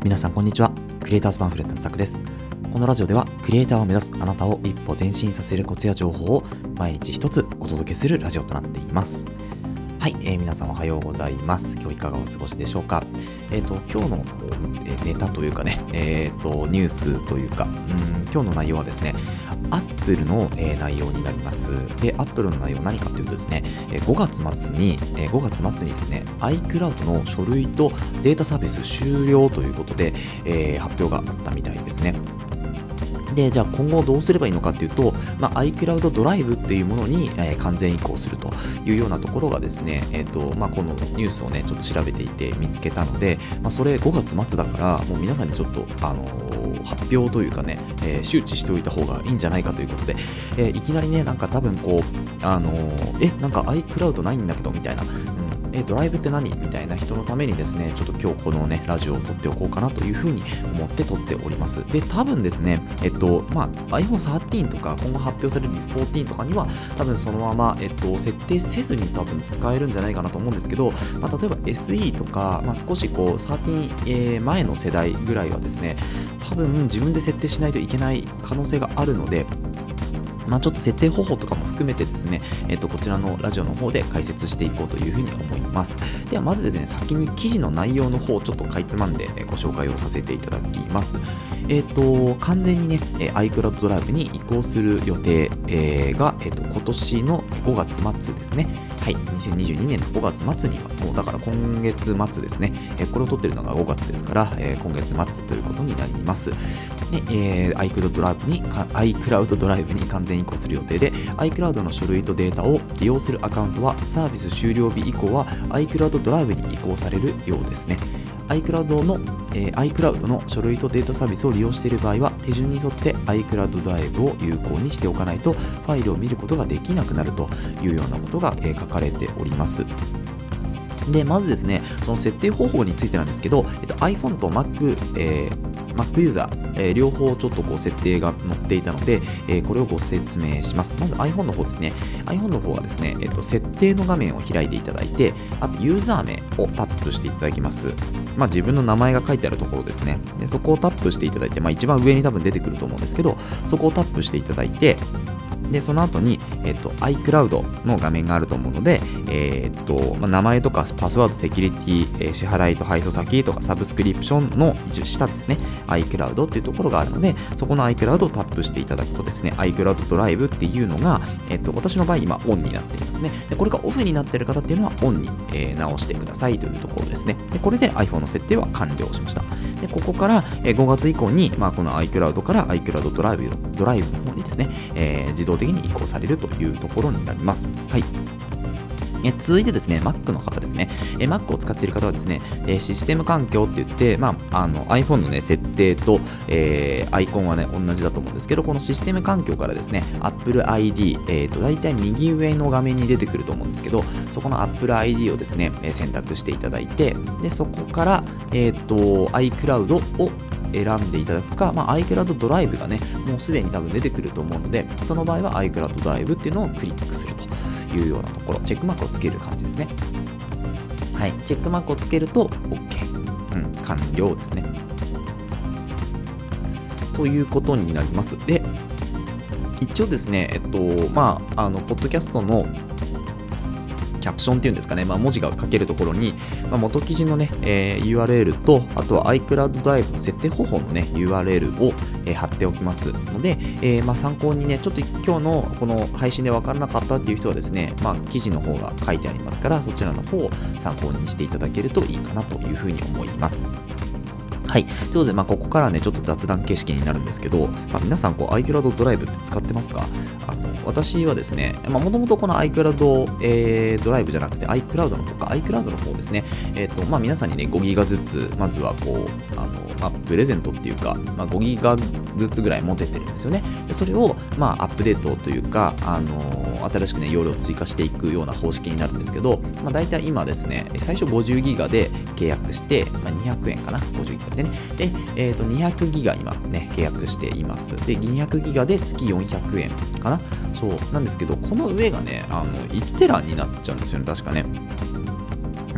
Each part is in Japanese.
皆さんこんにちは。クリエイターズパンフレットのさくです。このラジオではクリエイターを目指すあなたを一歩前進させるコツや情報を毎日一つお届けするラジオとなっています。はい、皆さんおはようございます。今日いかがお過ごしでしょうか。今日のネタというかね、ニュースというか、今日の内容はですね、Apple の、内容になります。で、Apple の内容は何かというとですね、5月末にですね、iCloud の書類とデータサービス終了ということで、発表があったみたいですね。で、じゃあ今後どうすればいいのかっていうと、iCloud ドライブっていうものに、完全移行するというようなところがですね、このニュースをね、ちょっと調べていて見つけたので、それ5月末だから、もう皆さんにちょっと、発表というかね、周知しておいた方がいいんじゃないかということで、いきなりね、なんか多分こう、なんか iCloud ないんだけどみたいな、ドライブって何みたいな人のためにですね、ちょっと今日このね、ラジオを撮っておこうかなというふうに思って撮っております。で、多分ですね、iPhone 13とか今後発表される14とかには多分そのまま、設定せずに多分使えるんじゃないかなと思うんですけど、例えば SE とか、少しこう13、前の世代ぐらいはですね、多分自分で設定しないといけない可能性があるので、ちょっと設定方法とかも含めてですね、こちらのラジオの方で解説していこうというふうに思います。ではまずですね、先に記事の内容の方をちょっとかいつまんでご紹介をさせていただきます。完全にね、iCloud ドライブに移行する予定、が、今年の5月末ですね。はい、2022年の5月末には、もうだから今月末ですね、これを撮ってるのが5月ですから、今月末ということになります。で、iCloud ドライブに完全移行する予定で、iCloud の書類とデータを利用するアカウントはサービス終了日以降は iCloud ドライブに移行されるようですね。iCloud の書類とデータサービスを利用している場合は、手順に沿って iCloud ドライブを有効にしておかないとファイルを見ることができなくなるというようなことが、書かれております。で、まずですね、その設定方法についてなんですけど、iPhone と Mac、Mac ユーザー、両方ちょっとこう設定が載っていたので、これをご説明します。まず iPhone の方ですね。iPhone の方はですね、設定の画面を開いていただいて、あとユーザー名をタップしていただきます。自分の名前が書いてあるところですね。で、そこをタップしていただいて、一番上に多分出てくると思うんですけど、そこをタップしていただいて、で、その後に、iCloud の画面があると思うので、名前とかパスワード、セキュリティ、支払いと配送先とかサブスクリプションの下ですね、iCloud っていうところがあるので、そこの iCloud をタップしていただくとですね、iCloud ドライブっていうのが、私の場合今オンになっていますね。で、これがオフになっている方っていうのはオンに、直してくださいというところですね。で、これで iPhone の設定は完了しました。で、ここから、5月以降に、この iCloud から iCloud ドライブの方にですね、自動的に移行されるというところになります。はい。続いてですね、Mac の方ですね。Mac を使っている方はですね、システム環境って言って、iPhone のね、設定と、アイコンはね、同じだと思うんですけど、このシステム環境からですね、Apple ID、だいたい右上の画面に出てくると思うんですけど、そこの Apple ID をですね、選択していただいて、で、そこから、iCloud を選んでいただくか、iCloud ドライブがね、もうすでに多分出てくると思うので、その場合は iCloud ドライブっていうのをクリックするというようなところ、チェックマークをつける感じですね。はい、チェックマークをつけると OK、完了ですね。ということになります。で、一応ですね、ポッドキャストのキャプションっていうんですかね、文字が書けるところに、元記事のね、URL と、あとは iCloud ドライブの設定方法のね、URL を、貼っておきますので、参考にね、ちょっと今日のこの配信で分からなかったっていう人はですね、記事の方が書いてありますから、そちらの方を参考にしていただけるといいかなというふうに思います。はい。ということで、ここからね、ちょっと雑談形式になるんですけど、皆さん、iCloud ドライブって使ってますか？私はですね、もともとこの iCloud、ドライブじゃなくて iCloud の方か、iCloud の方ですね、皆さんにね、5ギガずつ、まずはプレゼントっていうか、5ギガずつぐらい持ててるんですよね。でそれを、アップデートというか、新しくね、容量を追加していくような方式になるんですけど、大体今ですね、最初50ギガで契約して、200円かな、50ギガでね。で、200ギガ今ね、契約しています。で、200ギガで月400円かな。そうなんですけど、この上がね、1テラになっちゃうんですよね、確かね。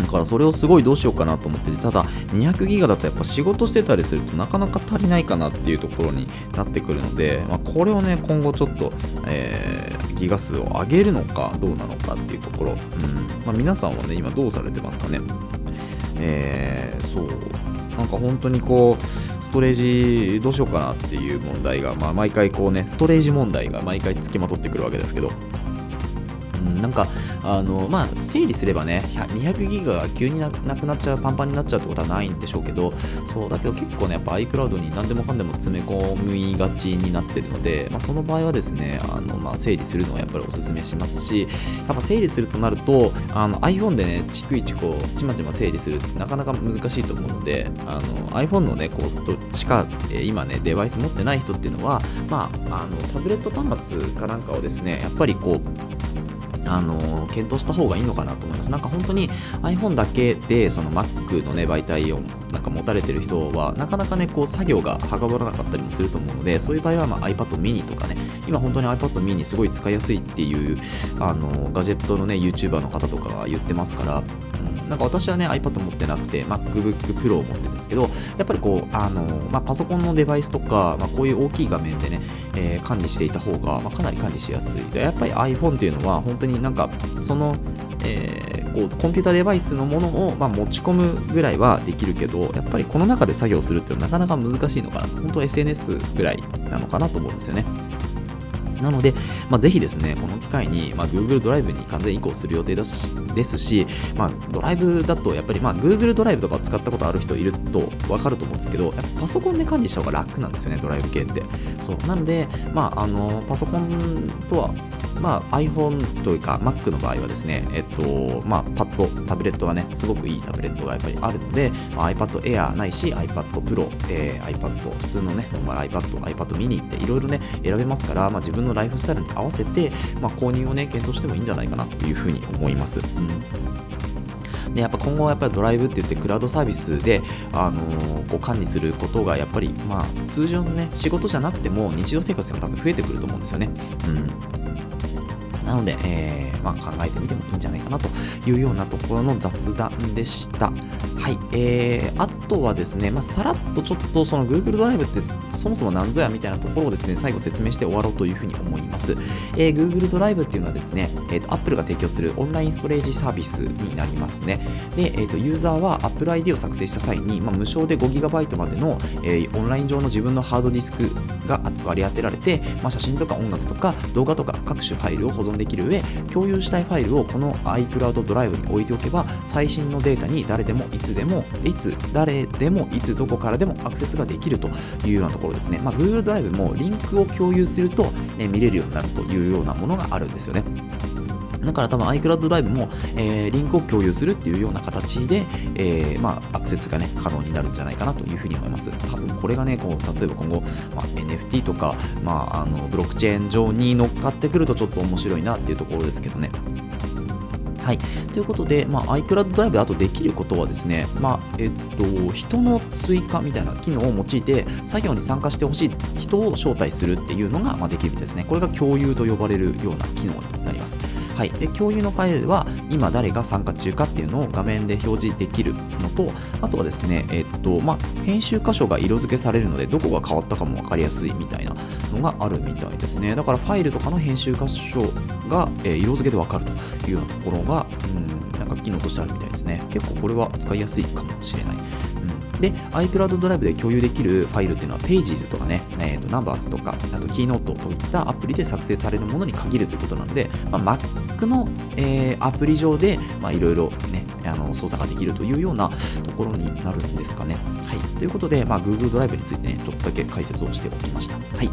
だからそれをすごいどうしようかなと思ってて、ただ200ギガだとやっぱ仕事してたりするとなかなか足りないかなっていうところになってくるので、これをね今後ちょっと、ギガ数を上げるのかどうなのかっていうところ、皆さんはね今どうされてますかね。そうなんか本当にこうストレージどうしようかなっていう問題が、毎回こうねストレージ問題が毎回つきまとってくるわけですけど、なんか整理すればね200ギガが急になくなっちゃう、パンパンになっちゃうってことはないんでしょうけど、そうだけど結構ねやっぱ iCloud に何でもかんでも詰め込みがちになってるので、その場合はですね整理するのはやっぱりおすすめしますし、やっぱ整理するとなるとiPhone でね逐一こうちまちま整理するってなかなか難しいと思うので、iPhone のねこうしか、今ねデバイス持ってない人っていうのはタブレット端末かなんかをですねやっぱりこう検討した方がいいのかなと思います。なんか本当に iPhone だけでその Mac のね媒体をなんか持たれてる人はなかなかねこう作業がはかどらなかったりもすると思うので、そういう場合はiPad mini とかね、今本当に iPad mini すごい使いやすいっていうガジェットのね YouTuber の方とかが言ってますから、なんか私はね iPad 持ってなくて MacBook Pro を持ってるんですけど、やっぱりこうパソコンのデバイスとか、こういう大きい画面でね、管理していた方が、かなり管理しやすい。でやっぱり iPhone っていうのは本当になんかその、こうコンピューターデバイスのものを、持ち込むぐらいはできるけど、やっぱりこの中で作業するっていうのはなかなか難しいのかな、本当 SNS ぐらいなのかなと思うんですよね。なので、ぜひですね、この機会に、Google ドライブに完全移行する予定ですし、ドライブだとやっぱり、Google ドライブとか使ったことある人いると分かると思うんですけど、やっぱパソコンで管理した方が楽なんですよね、ドライブ系って。そうなので、パソコンとは、iPhone というか Mac の場合はですね、パッド、タブレットがね、すごくいいタブレットがやっぱりあるので、iPad Air ないし iPad Pro、iPad 普通のね、iPad mini っていろいろね、選べますから、自分のライフスタイルに合わせて、購入をね、検討してもいいんじゃないかなというふうに思います。でやっぱ今後はやっぱりドライブって言ってクラウドサービスで、こう管理することがやっぱり、通常のね仕事じゃなくても日常生活でも多分増えてくると思うんですよね。なので、考えてみてもいいんじゃないかなというようなところの雑談でした。はい、あとはですね、さらっとちょっとその Google ドライブってそもそも何ぞやみたいなところをですね、最後説明して終わろうというふうに思います。Google ドライブっていうのはですね、Apple が提供するオンラインストレージサービスになりますね。で、ユーザーは Apple ID を作成した際に、無償で 5GB までの、オンライン上の自分のハードディスクが割り当てられて、写真とか音楽とか動画とか各種ファイルを保存できる上、共有したいファイルをこの iCloud ドライブに置いておけば、最新のデータに誰でもいつでも誰でもいつどこからでもアクセスができるというようなところですね。Google ドライブもリンクを共有すると、見れるようになるというようなものがあるんですよね。だから多分 iCloud ドライブも、リンクを共有するっていうような形で、アクセスがね可能になるんじゃないかなというふうに思います。多分これがねこう例えば今後、NFT とか、ブロックチェーン上に乗っかってくるとちょっと面白いなっていうところですけどね。はい、ということで、iCloud ドライブであとできることはですね、人の追加みたいな機能を用いて作業に参加してほしい人を招待するっていうのが、できるんですね。これが共有と呼ばれるような機能になります。はい、で共有のファイルは今誰が参加中かっていうのを画面で表示できるのと、あとはですね、編集箇所が色付けされるのでどこが変わったかも分かりやすいみたいなのがあるみたいですね。だからファイルとかの編集箇所が、色付けで分かるというようなところがなんか機能としてあるみたいですね。結構これは使いやすいかもしれない。で iCloud ドライブで共有できるファイルっていうのは Pages とかね、Numbers とかあと Keynote といったアプリで作成されるものに限るということなので、Mac の、アプリ上でいろいろね操作ができるというようなところになるんですかね。はい、ということで、Google ドライブについてねちょっとだけ解説をしておきました。はい、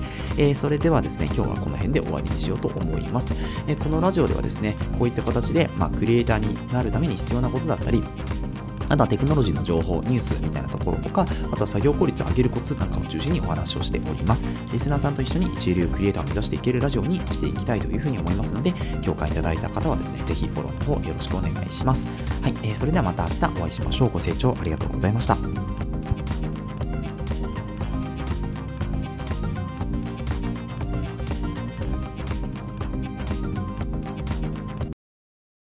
それではですね今日はこの辺で終わりにしようと思います。このラジオではですねこういった形で、クリエイターになるために必要なことだったり、あとはテクノロジーの情報、ニュースみたいなところとか、あとは作業効率を上げるコツなんかを中心にお話をしております。リスナーさんと一緒に一流クリエイターを目指していけるラジオにしていきたいというふうに思いますので、共感いただいた方はですね、ぜひフォローの方よろしくお願いします。はい、それではまた明日お会いしましょう。ご清聴ありがとうございました。